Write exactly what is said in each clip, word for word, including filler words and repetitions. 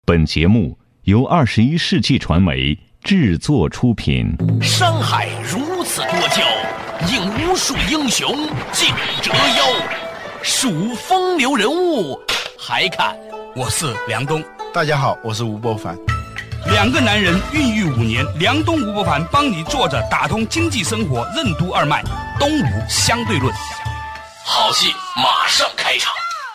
本节目由二十一世纪传媒制作出品。 山海如此多娇，引无数英雄竞折腰。数风流人物，还看我是梁东。 大家好，我是吴伯凡。 两个男人孕育五年，梁东吴伯凡帮你坐着打通经济生活任督二脉，东吴相对论。 好戏马上开场。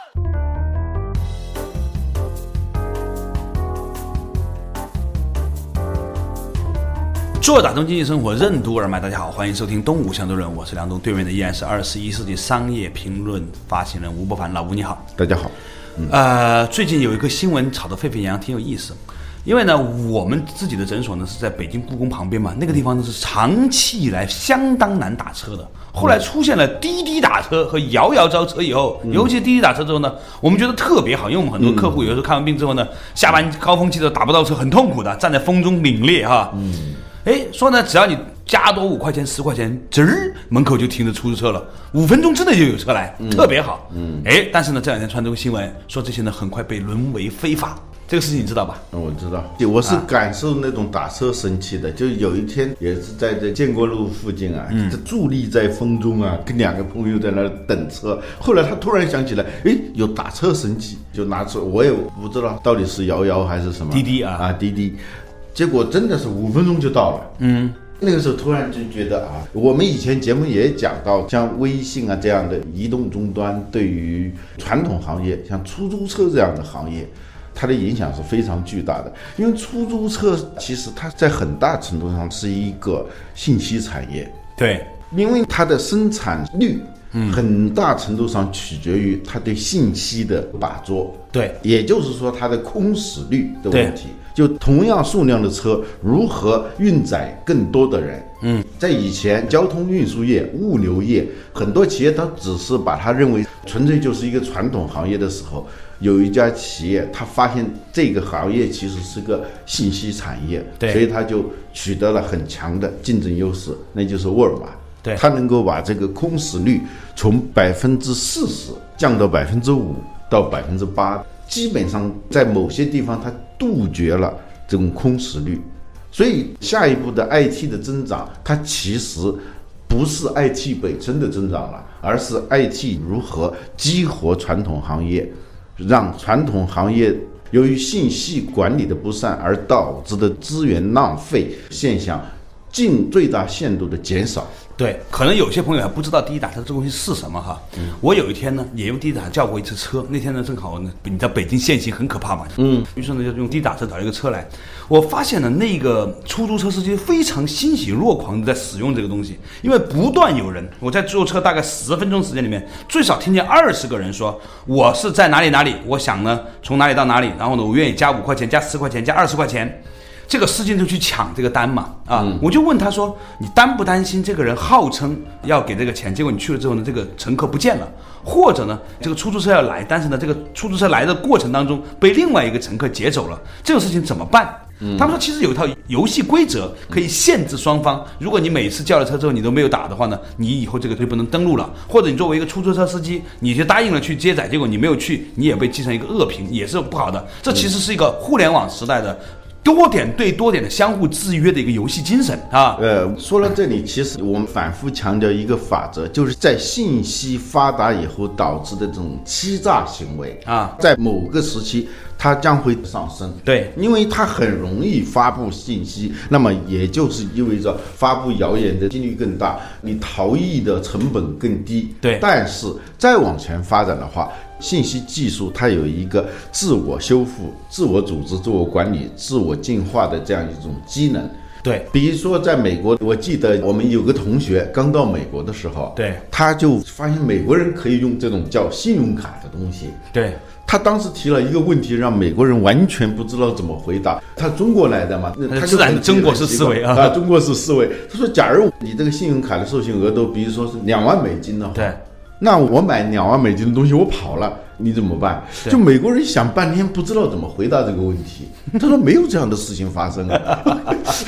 做打通经济生活任督二脉，大家好，欢迎收听东吴相对论，我是梁东，对面的依然是二十一世纪商业评论发行人吴伯凡。老吴你好。 大家好。 嗯、呃，最近有一个新闻炒得沸沸扬扬，挺有意思。因为呢，我们自己的诊所呢是在北京故宫旁边嘛，那个地方呢是长期以来相当难打车的。后来出现了滴滴打车和摇摇招车以后，嗯、尤其滴滴打车之后呢，我们觉得特别好，因为我们很多客户有时候看完病之后呢，下班高峰期的打不到车，很痛苦的，站在风中凛冽哈。嗯。哎，说呢，只要你加多五块钱、十块钱，吱儿门口就停着出租车了，五分钟之内就有车来，嗯、特别好。嗯，哎，但是呢，这两天传出个新闻，说这些呢很快被沦为非法。这个事情你知道吧？ 嗯，我知道，我是感受那种打车神奇的。啊、就有一天也是在这建国路附近啊，嗯、伫立在风中啊，跟两个朋友在那儿等车。后来他突然想起来，哎，有打车神奇，就拿出，我也不知道到底是摇摇还是什么滴滴啊啊滴滴。结果真的是五分钟就到了。嗯，那个时候突然就觉得啊，我们以前节目也讲到，像微信啊这样的移动终端对于传统行业，像出租车这样的行业，它的影响是非常巨大的。因为出租车其实它在很大程度上是一个信息产业。 对， 因为它的生产率很大程度上取决于它对信息的把握。 对， 也就是说它的空驶率的问题。就同样数量的车，如何运载更多的人？嗯，在以前交通运输业、物流业，很多企业它只是把它认为纯粹就是一个传统行业的时候，有一家企业他发现这个行业其实是个信息产业， 对， 所以他就取得了很强的竞争优势，那就是沃尔玛。 对， 他能够把这个空驶率从百分之四十降到百分之五到百分之八。基本上在某些地方它杜绝了这种空驶率，所以下一步的 I T 的增长，它其实不是 I T 本身的增长了，而是 I T 如何激活传统行业，让传统行业由于信息管理的不善而导致的资源浪费现象尽最大限度的减少。 对，可能有些朋友还不知道滴滴打车这东西是什么哈。嗯、我有一天呢，也用滴滴打车叫过一次车。那天呢，正好呢，你知道北京限行很可怕嘛。嗯。于是呢，就用滴滴打车找一个车来。我发现呢，那个出租车司机非常欣喜若狂的在使用这个东西，因为不断有人。我在坐车大概十分钟时间里面，最少听见二十个人说，我是在哪里哪里，我想呢从哪里到哪里，然后呢，我愿意加五块钱、加十块钱、加二十块钱。这个司机就去抢这个单嘛，啊，嗯、我就问他说，你担不担心这个人号称要给这个钱，结果你去了之后呢，这个乘客不见了，或者呢，这个出租车要来，但是呢，这个出租车来的过程当中被另外一个乘客劫走了，这种事情怎么办？嗯、他们说其实有一套游戏规则可以限制双方，如果你每次叫了车之后你都没有打的话呢，你以后这个就不能登录了，或者你作为一个出租车司机，你就答应了去接载，结果你没有去，你也被记成一个恶评，也是不好的。这其实是一个互联网时代的多点对多点的相互制约的一个游戏精神啊。 呃，说到这里，其实我们反复强调一个法则，就是在信息发达以后导致的这种欺诈行为啊，在某个时期它将会上升。 对， 因为它很容易发布信息，那么也就是意味着发布谣言的几率更大，你逃逸的成本更低。 对， 但是再往前发展的话，信息技术它有一个自我修复、自我组织、自我管理、自我进化的这样一种机能。 对， 比如说在美国，我记得我们有个同学刚到美国的时候， 对， 他就发现美国人可以用这种叫信用卡的东西。 对， 他当时提了一个问题，让美国人完全不知道怎么回答。他中国来的嘛， 他自然中国式思维啊， 啊，中国式思维。他说，假如你这个信用卡的授信额度，比如说是两万美金的话， 对， 那我买两万美金的东西我跑了，你怎么办？就美国人想半天不知道怎么回答这个问题。他说没有这样的事情发生啊。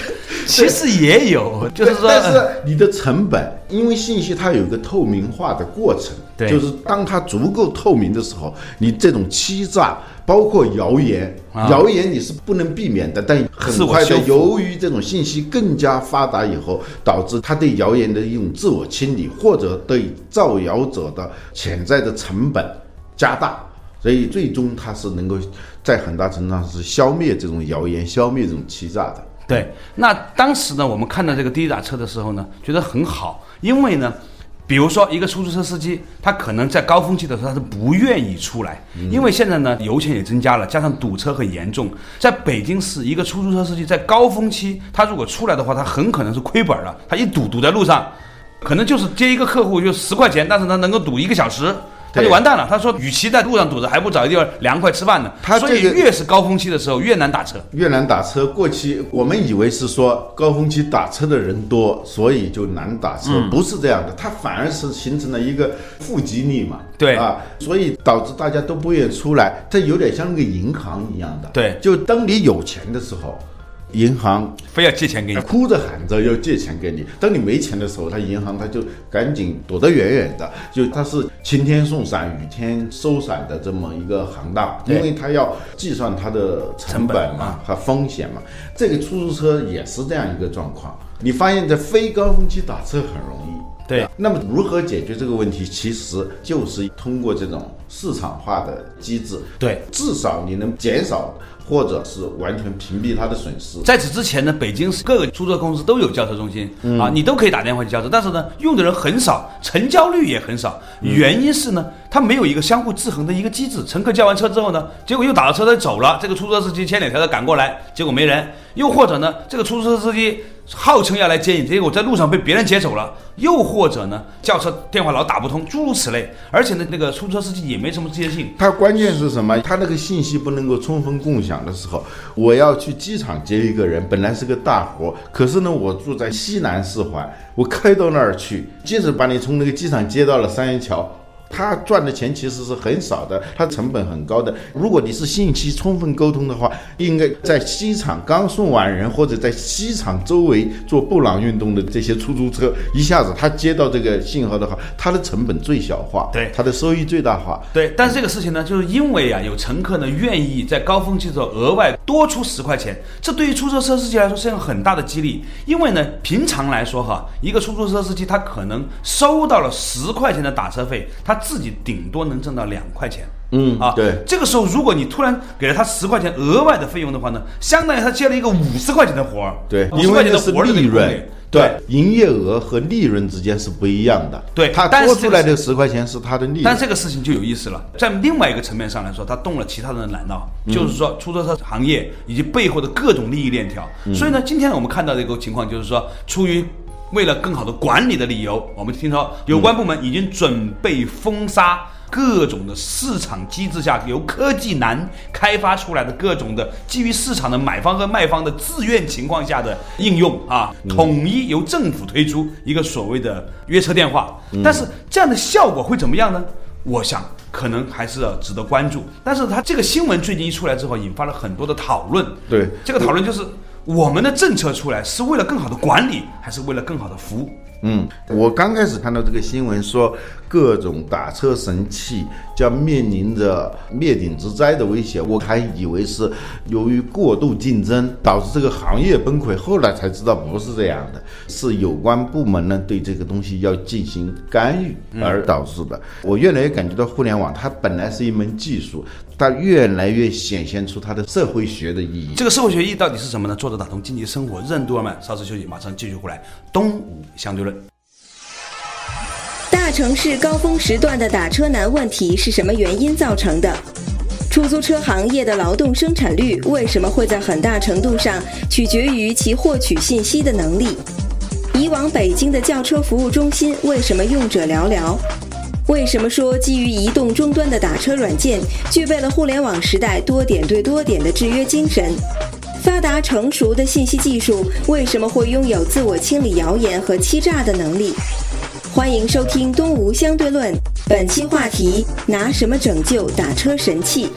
其实也有，就是说， 但是你的成本，因为信息它有一个透明化的过程， 对， 就是当它足够透明的时候，你这种欺诈，包括谣言， 啊、 谣言你是不能避免的，但很快的，由于这种信息更加发达以后，导致它对谣言的一种自我清理，或者对造谣者的潜在的成本加大。所以最终它是能够在很大程度上是消灭这种谣言，消灭这种欺诈的。 对，那当时呢，我们看到这个滴滴打车的时候呢，觉得很好，因为呢，比如说一个出租车司机，他可能在高峰期的时候他是不愿意出来，因为现在呢油钱也增加了，加上堵车很严重，在北京市一个出租车司机在高峰期，他如果出来的话，他很可能是亏本了，他一堵堵在路上，可能就是接一个客户就十块钱，但是他能够堵一个小时。他就完蛋了。他说，与其在路上堵着，还不找一地方凉快吃饭呢。他、这个、所以越是高峰期的时候，越难打车。 越难打车。过去我们以为是说高峰期打车的人多，所以就难打车，嗯、不是这样的。它反而是形成了一个负激励嘛。 对啊，所以导致大家都不愿意出来。这有点像那个银行一样的。 对， 就当你有钱的时候。银行非要借钱给你， 哭着喊着要借钱给你。当你没钱的时候，他银行他就赶紧躲得远远的，就他是晴天送伞，雨天收伞的这么一个行当，因为他要计算他的成本嘛和风险嘛。这个出租车也是这样一个状况。你发现，在非高峰期打车很容易。 对， 那么如何解决这个问题？其实就是通过这种市场化的机制。 对， 至少你能减少。或者是完全屏蔽它的损失。 在此之前呢，北京市各个出租车公司都有叫车中心、嗯、啊，你都可以打电话去叫车，但是呢，用的人很少，成交率也很少。原因是呢，它没有一个相互制衡的一个机制。乘客叫完车之后呢，结果又打了车他走了，这个出租车司机千里迢迢赶过来，结果没人。又或者呢，这个出租车司机号称要来接你，结果在路上被别人接走了。又或者呢，叫车电话老打不通，诸如此类。而且呢，那个出租车司机也没什么职业性。 他关键是什么？他那个信息不能够充分共享的时候，我要去机场接一个人，本来是个大活，可是呢，我住在西南四环，我开到那儿去，即使把你从那个机场接到了三元桥。他赚的钱其实是很少的，他成本很高的。如果你是信息充分沟通的话，应该在机场刚送完人，或者在机场周围做布朗运动的这些出租车，一下子他接到这个信号的话，他的成本最小化， 对， 他的收益最大化。 对，但是这个事情呢，就是因为啊，有乘客呢愿意在高峰期的时候额外多出十块钱，这对于出租车司机来说是一个很大的激励。因为呢，平常来说哈，一个出租车司机他可能收到了十块钱的打车费，他自己顶多能挣到两块钱。 嗯啊，对。 这个时候，如果你突然给了他十块钱额外的费用的话呢，相当于他接了一个五十块钱的活儿。 对， 五十块钱的活儿的利润。对，营业额和利润之间是不一样的。 对， 他多出来的十块钱是他的利润。 但这个事情就有意思了，在另外一个层面上来说，他动了其他人的奶酪，嗯、就是说出租车行业以及背后的各种利益链条。嗯、所以呢，今天我们看到的一个情况就是说，出于为了更好的管理的理由，我们听说有关部门已经准备封杀各种的市场机制下由科技男开发出来的各种的基于市场的买方和卖方的自愿情况下的应用啊，统一由政府推出一个所谓的约车电话。但是这样的效果会怎么样呢？我想可能还是值得关注。但是它这个新闻最近一出来之后，引发了很多的讨论。 对， 这个讨论就是我们的政策出来是为了更好的管理，还是为了更好的服务？ 嗯，我刚开始看到这个新闻说各种打车神器将面临着灭顶之灾的威胁，我还以为是由于过度竞争导致这个行业崩溃，后来才知道不是这样的，是有关部门呢对这个东西要进行干预而导致的。嗯、我越来越感觉到互联网它本来是一门技术，它越来越显现出它的社会学的意义。 这个社会学意义到底是什么呢？作者打通经济生活任督二脉，稍事休息，马上继续回来。东吴相对论。 大城市高峰时段的打车难问题是什么原因造成的？出租车行业的劳动生产率为什么会在很大程度上取决于其获取信息的能力？以往北京的叫车服务中心为什么用者寥寥？为什么说基于移动终端的打车软件具备了互联网时代多点对多点的制约精神？发达成熟的信息技术为什么会拥有自我清理谣言和欺诈的能力？欢迎收听东吴相对论，本期话题：拿什么拯救打车神器？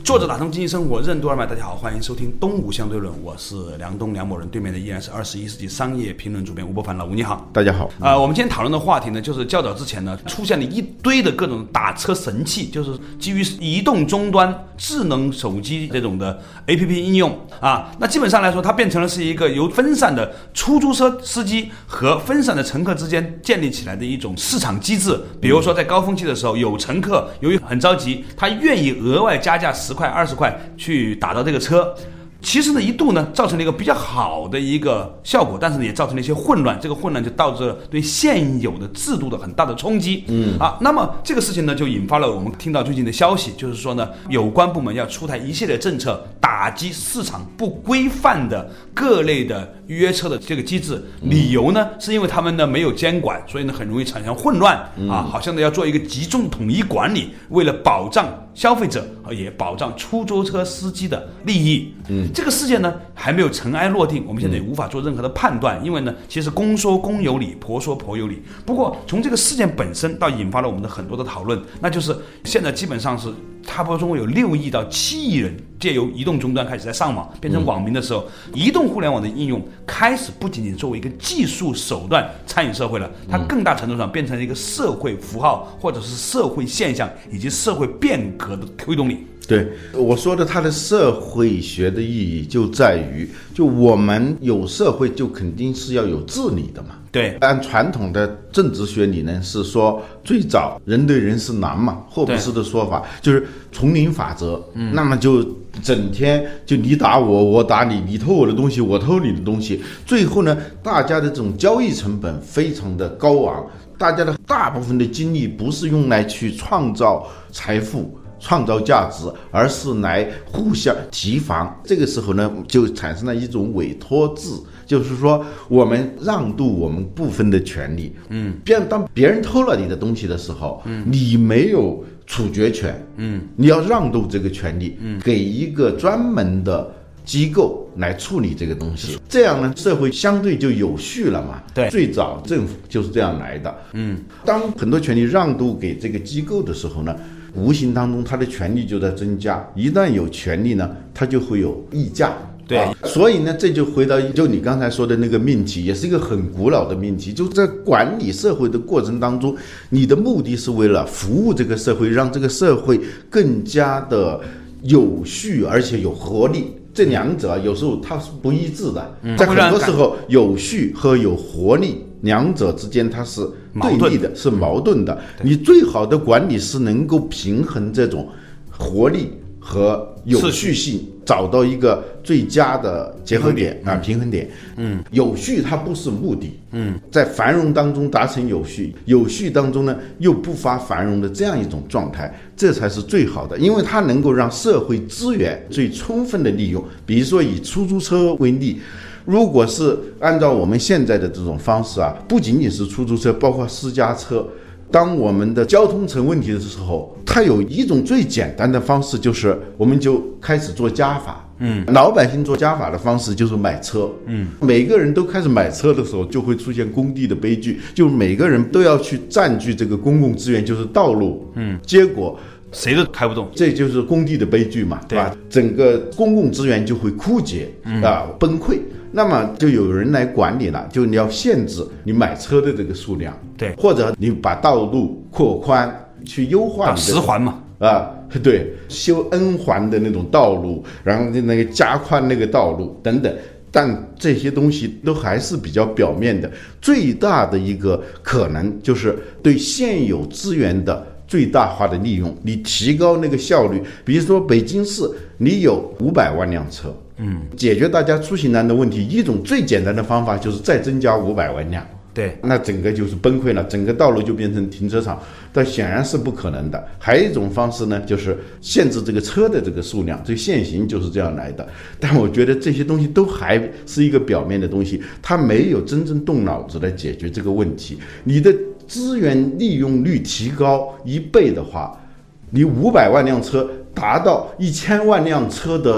作者打通经济生活，任督二脉。大家好，欢迎收听东吴相对论，我是梁东梁某人，对面的依然是二十一世纪商业评论主编吴伯凡。老吴你好。 大家好。 呃，我们今天讨论的话题呢，就是较早之前呢出现了一堆的各种打车神器，就是基于移动终端、智能手机这种的 A P P 应用啊。那基本上来说，它变成了是一个由分散的出租车司机和分散的乘客之间建立起来的一种市场机制。比如说在高峰期的时候，有乘客由于很着急，他愿意额外加价十块、二十块去打到这个车。其实呢，一度呢造成了一个比较好的一个效果，但是呢也造成了一些混乱。这个混乱就导致了对现有的制度的很大的冲击。嗯啊，那么这个事情呢就引发了我们听到最近的消息，就是说呢，有关部门要出台一系列政策，打击市场不规范的各类的预约车的这个机制。理由呢是因为他们呢没有监管，所以呢很容易产生混乱啊，好像呢要做一个集中统一管理，为了保障消费者也保障出租车司机的利益。嗯。这个事件呢还没有尘埃落定，我们现在也无法做任何的判断，因为呢其实公说公有理，婆说婆有理。不过从这个事件本身到引发了我们的很多的讨论，那就是现在基本上是差不多中国有六亿到七亿人借由移动终端开始在上网，变成网民的时候，移动互联网的应用开始不仅仅作为一个技术手段参与社会了，它更大程度上变成了一个社会符号或者是社会现象以及社会变革的推动力。 对，我说的它的社会学的意义就在于，就我们有社会就肯定是要有治理的嘛。 对， 按传统的政治学理论是说，最早人对人是狼嘛，霍布斯的说法就是丛林法则。嗯，那么就整天就你打我，我打你，你偷我的东西，我偷你的东西，最后呢，大家的这种交易成本非常的高昂，大家的大部分的精力不是用来去创造财富、创造价值，而是来互相提防。这个时候呢，就产生了一种委托制，就是说我们让渡我们部分的权利。嗯，别人当别人偷了你的东西的时候，嗯，你没有处决权，嗯，你要让渡这个权利，嗯，给一个专门的机构来处理这个东西，这样呢，社会相对就有序了嘛。 对， 最早政府就是这样来的。嗯，当很多权利让渡给这个机构的时候呢，无形当中他的权利就在增加，一旦有权利呢，他就会有溢价。 对、啊， 所以呢，这就回到就你刚才说的那个命题，也是一个很古老的命题。就在管理社会的过程当中，你的目的是为了服务这个社会，让这个社会更加的有序而且有活力。这两者有时候它是不一致的，嗯、在很多时候有序和有活力两者之间它是对立的，是矛盾的。你最好的管理是能够平衡这种活力和有序性，找到一个最佳的结合点啊，平衡点。嗯，有序它不是目的。嗯，在繁荣当中达成有序，有序当中呢又不乏繁荣的这样一种状态，这才是最好的，因为它能够让社会资源最充分的利用。比如说以出租车为例，如果是按照我们现在的这种方式啊，不仅仅是出租车，包括私家车。当我们的交通成问题的时候，它有一种最简单的方式，就是我们就开始做加法。嗯，老百姓做加法的方式就是买车。嗯，每个人都开始买车的时候，就会出现工地的悲剧，就是每个人都要去占据这个公共资源，就是道路。嗯，结果谁都开不动， 这就是工地的悲剧嘛，对吧？整个公共资源就会枯竭，嗯、啊，崩溃。那么就有人来管理了，就你要限制你买车的这个数量， 对， 或者你把道路扩宽，去优化你的十环嘛， 啊，对，修 N 环的那种道路，然后那个加宽那个道路等等。但这些东西都还是比较表面的，最大的一个可能就是对现有资源的最大化的利用，你提高那个效率。比如说北京市，你有五百万辆车，嗯，解决大家出行难的问题，一种最简单的方法就是再增加五百万辆。 对， 那整个就是崩溃了，整个道路就变成停车场，但显然是不可能的。还有一种方式呢，就是限制这个车的这个数量，这个限行就是这样来的。但我觉得这些东西都还是一个表面的东西，它没有真正动脑子来解决这个问题。你的资源利用率提高一倍的话，你五百万辆车达到一千万辆车的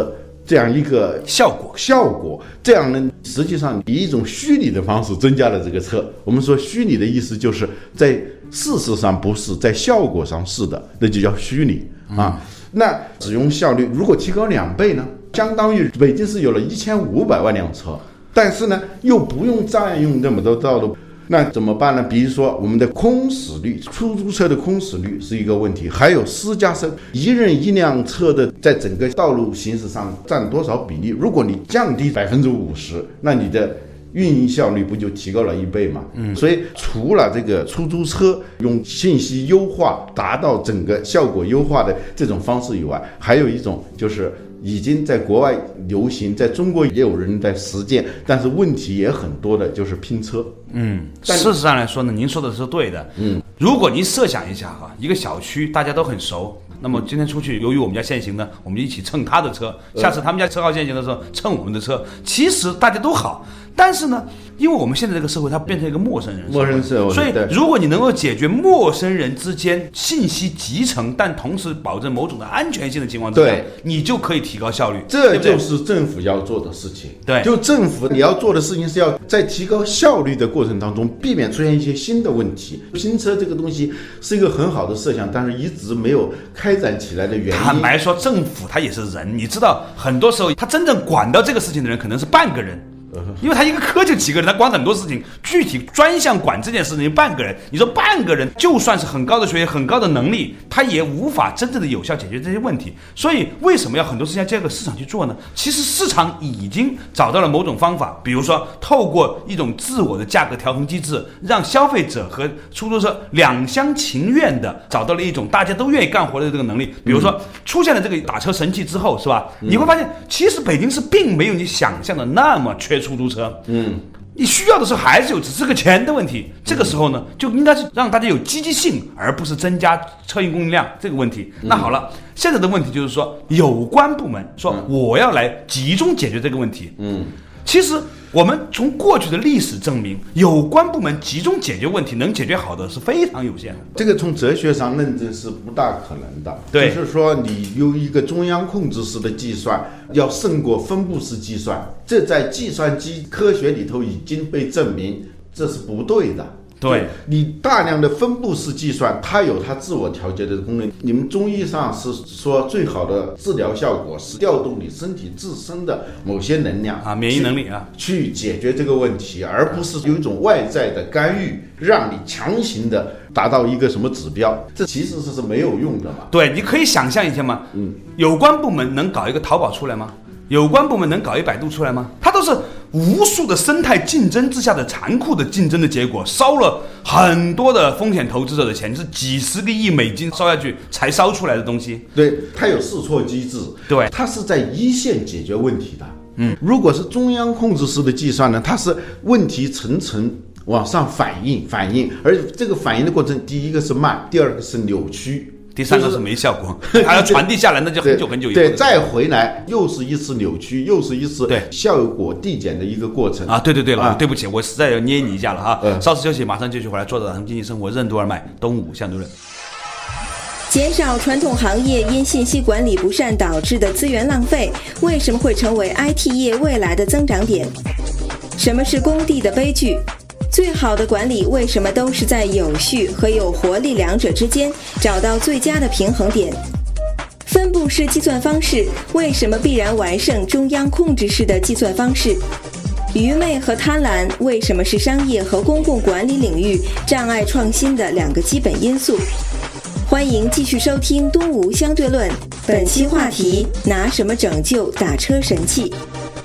这样一个效果， 效果，这样呢，实际上以一种虚拟的方式增加了这个车。我们说虚拟的意思就是在事实上不是，在效果上是的，那就叫虚拟啊。嗯、那使用效率如果提高两倍呢，相当于北京市有了一千五百万辆车，但是呢又不用占用那么多道路。那怎么办呢？比如说我们的空驶率，出租车的空驶率是一个问题，还有私家车一人一辆车的在整个道路行驶上占多少比例？如果你降低百分之五十，那你的运营效率不就提高了一倍吗？嗯，所以除了这个出租车用信息优化达到整个效果优化的这种方式以外，还有一种就是已经在国外流行，在中国也有人在实践，但是问题也很多的，就是拼车。 嗯，事实上来说呢，您说的是对的。嗯，如果您设想一下哈，一个小区大家都很熟，那么今天出去，由于我们家限行呢，我们一起蹭他的车，下次他们家车号限行的时候蹭我们的车，其实大家都好。但是呢，因为我们现在这个社会它变成一个陌生人陌生社会， 所以如果你能够解决陌生人之间信息集成，但同时保证某种的安全性的情况之下，你就可以提高效率。 这就是政府要做的事情。 对， 就政府你要做的事情是要在提高效率的过程当中，避免出现一些新的问题。拼车这个东西是一个很好的设想，但是一直没有开展起来的原因。 坦白说，政府他也是人，你知道，很多时候他真正管到这个事情的人可能是半个人。因为他一个科就几个人，他管很多事情，具体专项管这件事情半个人。你说半个人就算是很高的学历、很高的能力，他也无法真正的有效解决这些问题。所以为什么要很多事情要交给市场去做呢？其实市场已经找到了某种方法，比如说透过一种自我的价格调衡机制，让消费者和出租车两厢情愿的找到了一种大家都愿意干活的这个能力。比如说出现了这个打车神器之后，是吧？你会发现其实北京市并没有你想象的那么缺出租车。嗯，你需要的时候还是有，只是个钱的问题。这个时候呢，就应该是让大家有积极性，而不是增加车运供应量这个问题。那好了，现在的问题就是说，有关部门说我要来集中解决这个问题。嗯，其实我们从过去的历史证明，有关部门集中解决问题能解决好的是非常有限的。 这个从哲学上认证是不大可能的。 对， 就是说你用一个中央控制式的计算要胜过分布式计算，这在计算机科学里头已经被证明这是不对的。 对， 你大量的分布式计算，它有它自我调节的功能。你们中医上是说最好的治疗效果是调动你身体自身的某些能量啊，免疫能力啊， 去解决这个问题，而不是有一种外在的干预，让你强行的达到一个什么指标，这其实是没有用的嘛。 对，你可以想象一下嘛，嗯，有关部门能搞一个淘宝出来吗？有关部门能搞一百度出来吗？它都是无数的生态竞争之下的残酷的竞争的结果，烧了很多的风险投资者的钱，是几十个亿美金烧下去才烧出来的东西。 对，它有试错机制， 对， 它是在一线解决问题的。嗯，如果是中央控制式的计算呢，它是问题层层往上反应反应，而这个反应的过程，第一个是慢，第二个是扭曲。 第三个是没效果，还要传递下来，那就很久很久以后。 对，再回来又是一次扭曲，又是一次效果递减的一个过程啊！对对对了，啊、对不起，我实在要捏你一下了哈。嗯、稍事休息，马上继续回来，做到咱们经济生活任督二脉，东吴相对论。 减少传统行业因信息管理不善导致的资源浪费，为什么会成为 I T 业未来的增长点？什么是工地的悲剧？最好的管理为什么都是在有序和有活力两者之间找到最佳的平衡点？分布式计算方式为什么必然完胜中央控制式的计算方式？愚昧和贪婪为什么是商业和公共管理领域障碍创新的两个基本因素？欢迎继续收听东吴相对论，本期话题：拿什么拯救打车神器？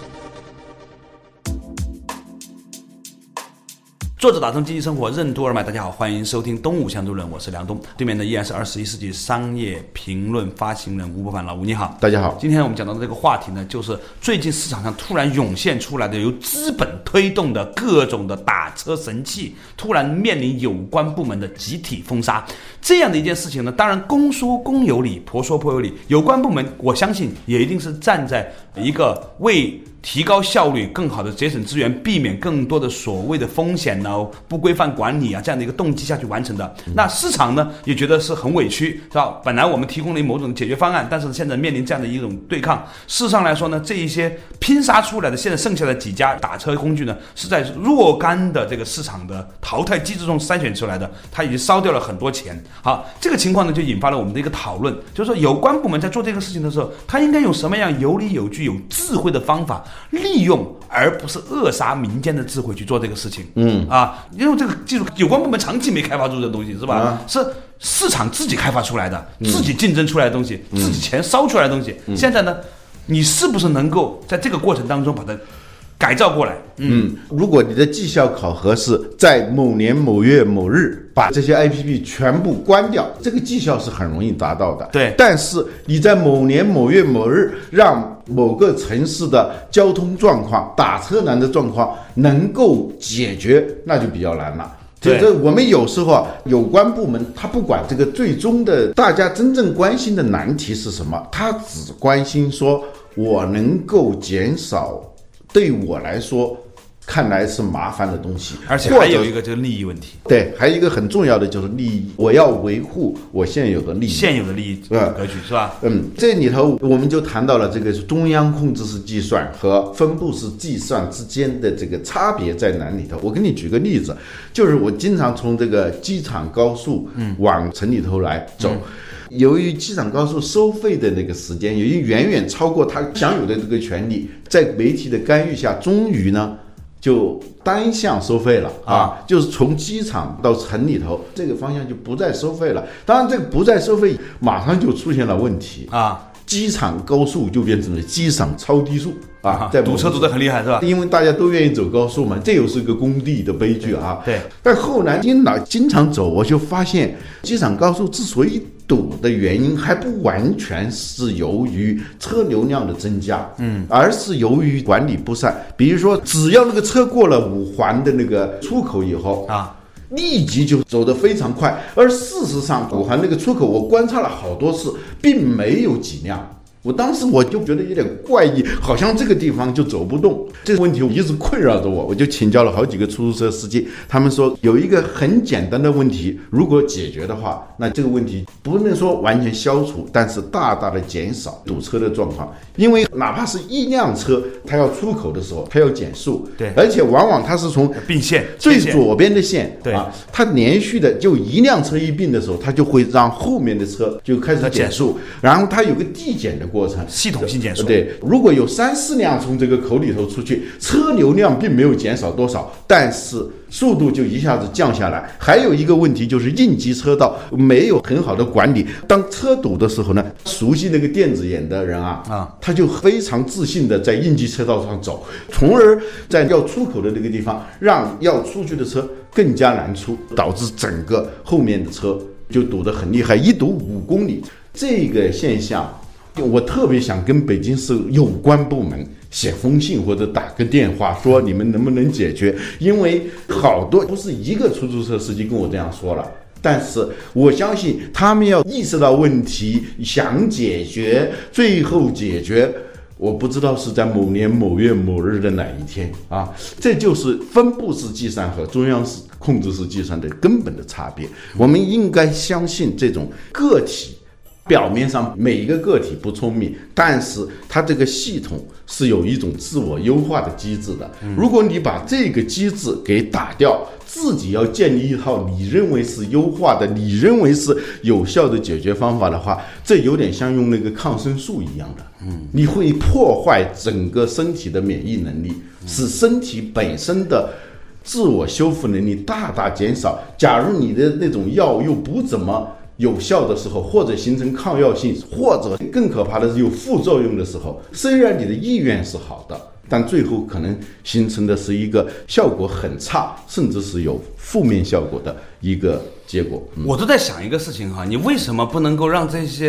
作者打通经济生活任督二脉，大家好，欢迎收听东吴相对论，我是梁东，对面的依然是二十一世纪商业评论发行人吴伯凡，老吴你好。 大家好。 今天我们讲到的这个话题呢，就是最近市场上突然涌现出来的由资本推动的各种的打车神器，突然面临有关部门的集体封杀，这样的一件事情呢，当然公说公有理，婆说婆有理，有关部门我相信也一定是站在一个为提高效率，更好的节省资源，避免更多的所谓的风险呢、不规范管理啊这样的一个动机下去完成的。那市场呢也觉得是很委屈，是吧？本来我们提供了某种解决方案，但是现在面临这样的一种对抗。事实上来说呢，这一些拼杀出来的现在剩下的几家打车工具呢，是在若干的这个市场的淘汰机制中筛选出来的，它已经烧掉了很多钱。好，这个情况呢就引发了我们的一个讨论，就是说有关部门在做这个事情的时候，他应该用什么样有理有据、有智慧的方法，利用而不是扼杀民间的智慧去做这个事情。嗯啊，因为这个技术有关部门长期没开发出这个东西，是吧？啊、是市场自己开发出来的，嗯、自己竞争出来的东西，嗯、自己钱烧出来的东西。嗯、现在呢，你是不是能够在这个过程当中把它改造过来？ 嗯，如果你的绩效考核是在某年某月某日把这些 A P P 全部关掉，这个绩效是很容易达到的。 对， 但是你在某年某月某日让某个城市的交通状况、打车难的状况能够解决，那就比较难了。这我们有时候啊，有关部门他不管这个最终的大家真正关心的难题是什么，他只关心说我能够减少对我来说看来是麻烦的东西， 而且还有一个这个利益问题。 对，还有一个很重要的就是利益，我要维护我现有的利益， 现有的利益格局是吧？ 嗯，这里头我们就谈到了这个中央控制式计算和分布式计算之间的这个差别在哪里头。我给你举个例子，就是我经常从这个机场高速往城里头来走。嗯嗯，由于机场高速收费的那个时间，由于远远超过他享有的这个权利，在媒体的干预下，终于呢就单向收费了啊，就是从机场到城里头这个方向就不再收费了。当然，这个不再收费马上就出现了问题啊，机场高速就变成了机场超低速啊，在堵车堵得很厉害是吧？ 因为大家都愿意走高速嘛，这又是个工地的悲剧啊。 对， 但后来经常经常走，我就发现机场高速之所以堵的原因还不完全是由于车流量的增加，嗯，而是由于管理不善。比如说，只要那个车过了五环的那个出口以后啊，立即就走得非常快。而事实上，五环那个出口，我观察了好多次，并没有几辆。我当时我就觉得有点怪异，好像这个地方就走不动。这个问题一直困扰着我，我就请教了好几个出租车司机，他们说有一个很简单的问题，如果解决的话，那这个问题不能说完全消除，但是大大的减少堵车的状况。因为哪怕是一辆车，它要出口的时候，它要减速， 对， 而且往往它是从并线最左边的线， 对啊，它连续的就一辆车一并的时候，它就会让后面的车就开始减速，然后它有个递减的过程， 系统性减速。 对，如果有三四辆从这个口里头出去，车流量并没有减少多少，但是速度就一下子降下来。还有一个问题就是应急车道没有很好的管理，当车堵的时候呢，熟悉那个电子眼的人啊啊，他就非常自信的在应急车道上走，从而在要出口的那个地方让要出去的车更加难出，导致整个后面的车就堵得很厉害，一堵五公里。这个现象我特别想跟北京市有关部门写封信或者打个电话，说你们能不能解决？因为好多不是一个出租车司机跟我这样说了，但是我相信他们要意识到问题，想解决，最后解决，我不知道是在某年某月某日的哪一天啊！这就是分布式计算和中央式控制式计算的根本的差别。我们应该相信这种个体。表面上每一个个体不聪明，但是它这个系统是有一种自我优化的机制的。如果你把这个机制给打掉，自己要建立一套你认为是优化的、你认为是有效的解决方法的话，这有点像用那个抗生素一样的。嗯，你会破坏整个身体的免疫能力，使身体本身的自我修复能力大大减少。假如你的那种药又不怎么有效的时候，或者形成抗药性，或者更可怕的是有副作用的时候，虽然你的意愿是好的，但最后可能形成的是一个效果很差，甚至是有负面效果的一个结果。嗯、 我都在想一个事情哈，你为什么不能够让这些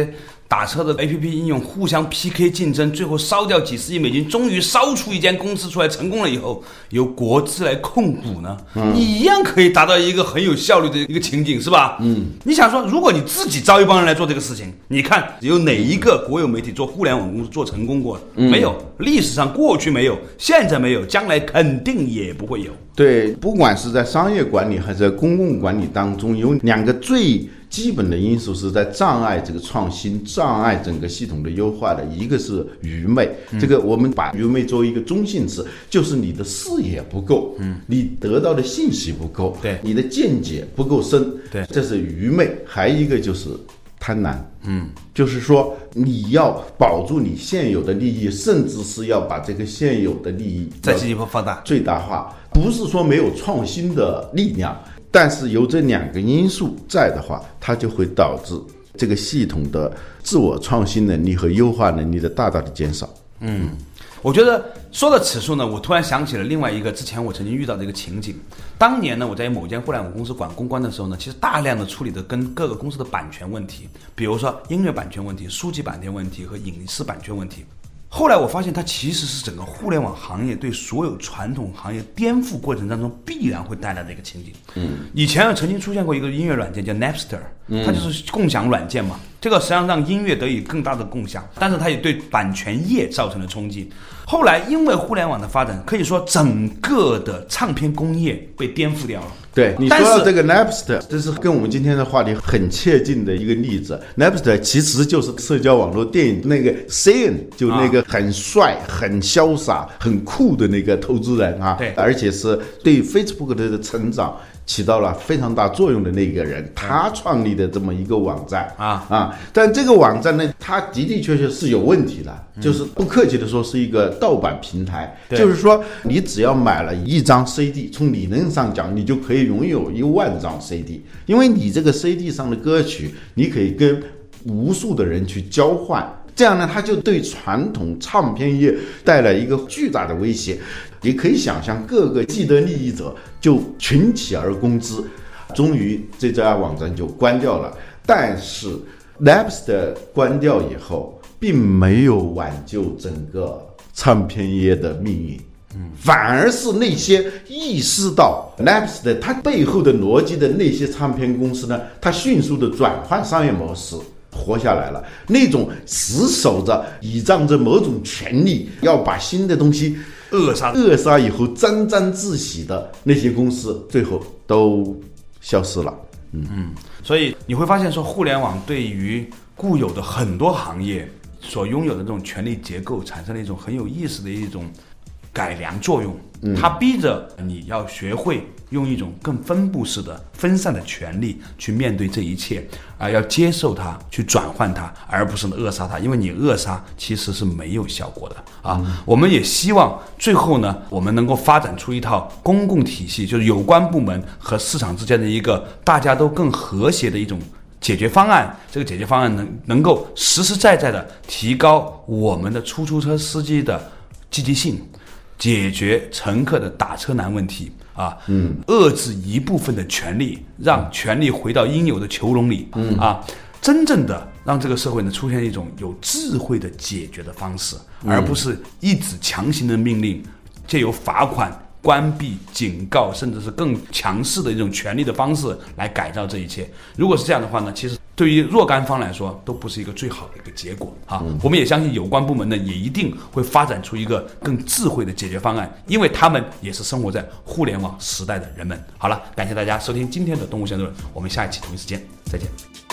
打车的 A P P 应用互相 P K 竞争，最后烧掉几十亿美金，终于烧出一间公司出来成功了以后，由国资来控股呢，嗯、你一样可以达到一个很有效率的一个情景，是吧？嗯，你想说，如果你自己招一帮人来做这个事情，你看有哪一个国有媒体做互联网公司做成功过？嗯、没有，历史上过去没有，现在没有，将来肯定也不会有。 对，不管是在商业管理还是在公共管理当中，有两个最基本的因素是在障碍这个创新，障碍整个系统的优化的。一个是愚昧，嗯、这个我们把愚昧作为一个中性词，就是你的视野不够，嗯，你得到的信息不够， 对， 你的见解不够深， 对， 这是愚昧。还一个就是贪婪，嗯，就是说你要保住你现有的利益，甚至是要把这个现有的利益再进一步放大、 最大化。不是说没有创新的力量，但是有这两个因素在的话，它就会导致这个系统的自我创新能力和优化能力的大大的减少。 嗯，我觉得说到此处呢，我突然想起了另外一个之前我曾经遇到的一个情景。当年呢，我在某间互联网公司管公关的时候呢，其实大量的处理的跟各个公司的版权问题，比如说音乐版权问题、书籍版权问题和影视版权问题。后来我发现它其实是整个互联网行业对所有传统行业颠覆过程当中必然会带来的一个情景。嗯，以前曾经出现过一个音乐软件叫 Napster， 它就是共享软件嘛，这个实际上让音乐得以更大的共享，但是它也对版权业造成了冲击。后来因为互联网的发展，可以说整个的唱片工业被颠覆掉了。 对，你说到这个 Napster， 这是跟我们今天的话题很切近的一个例子。Napster 其实就是社交网络电影那个 Sean， 就那个很帅、很潇洒、很酷的那个投资人啊， 对， 而且是对 Facebook 的成长起到了非常大作用的那个人，他创立的这么一个网站啊啊！但这个网站呢，它的的确确是有问题的，嗯、就是不客气的说是一个盗版平台。就是说，你只要买了一张 C D， 从理论上讲，你就可以拥有一万张 C D， 因为你这个 C D 上的歌曲，你可以跟无数的人去交换。这样呢，它就对传统唱片业带来一个巨大的威胁。你可以想象，各个既得利益者就群起而攻之，终于这家网站就关掉了。但是 Napster 关掉以后，并没有挽救整个唱片业的命运。反而是那些意识到 Napster 它背后的逻辑的那些唱片公司呢，它迅速的转换商业模式，活下来了。那种死守着倚仗着某种权利要把新的东西扼杀扼杀以后沾沾自喜的那些公司，最后都消失了。嗯嗯，所以你会发现说，互联网对于固有的很多行业所拥有的这种权力结构，产生了一种很有意思的一种改良作用。它逼着你要学会用一种更分布式的分散的权利去面对这一切，啊，要接受它，去转换它，而不是扼杀它，因为你扼杀其实是没有效果的啊。嗯、我们也希望最后呢，我们能够发展出一套公共体系，就是有关部门和市场之间的一个大家都更和谐的一种解决方案。这个解决方案能能够实实在在的提高我们的出租车司机的积极性，解决乘客的打车难问题啊，嗯，遏制一部分的权利，让权利回到应有的囚笼里，嗯啊，真正的让这个社会呢出现一种有智慧的解决的方式，嗯、而不是一纸强行的命令，借由罚款、关闭、警告，甚至是更强势的一种权利的方式来改造这一切。如果是这样的话呢，其实对于若干方来说都不是一个最好的一个结果啊！嗯、我们也相信有关部门呢也一定会发展出一个更智慧的解决方案，因为他们也是生活在互联网时代的人们。好了，感谢大家收听今天的动物相对论，我们下一期同一时间再见。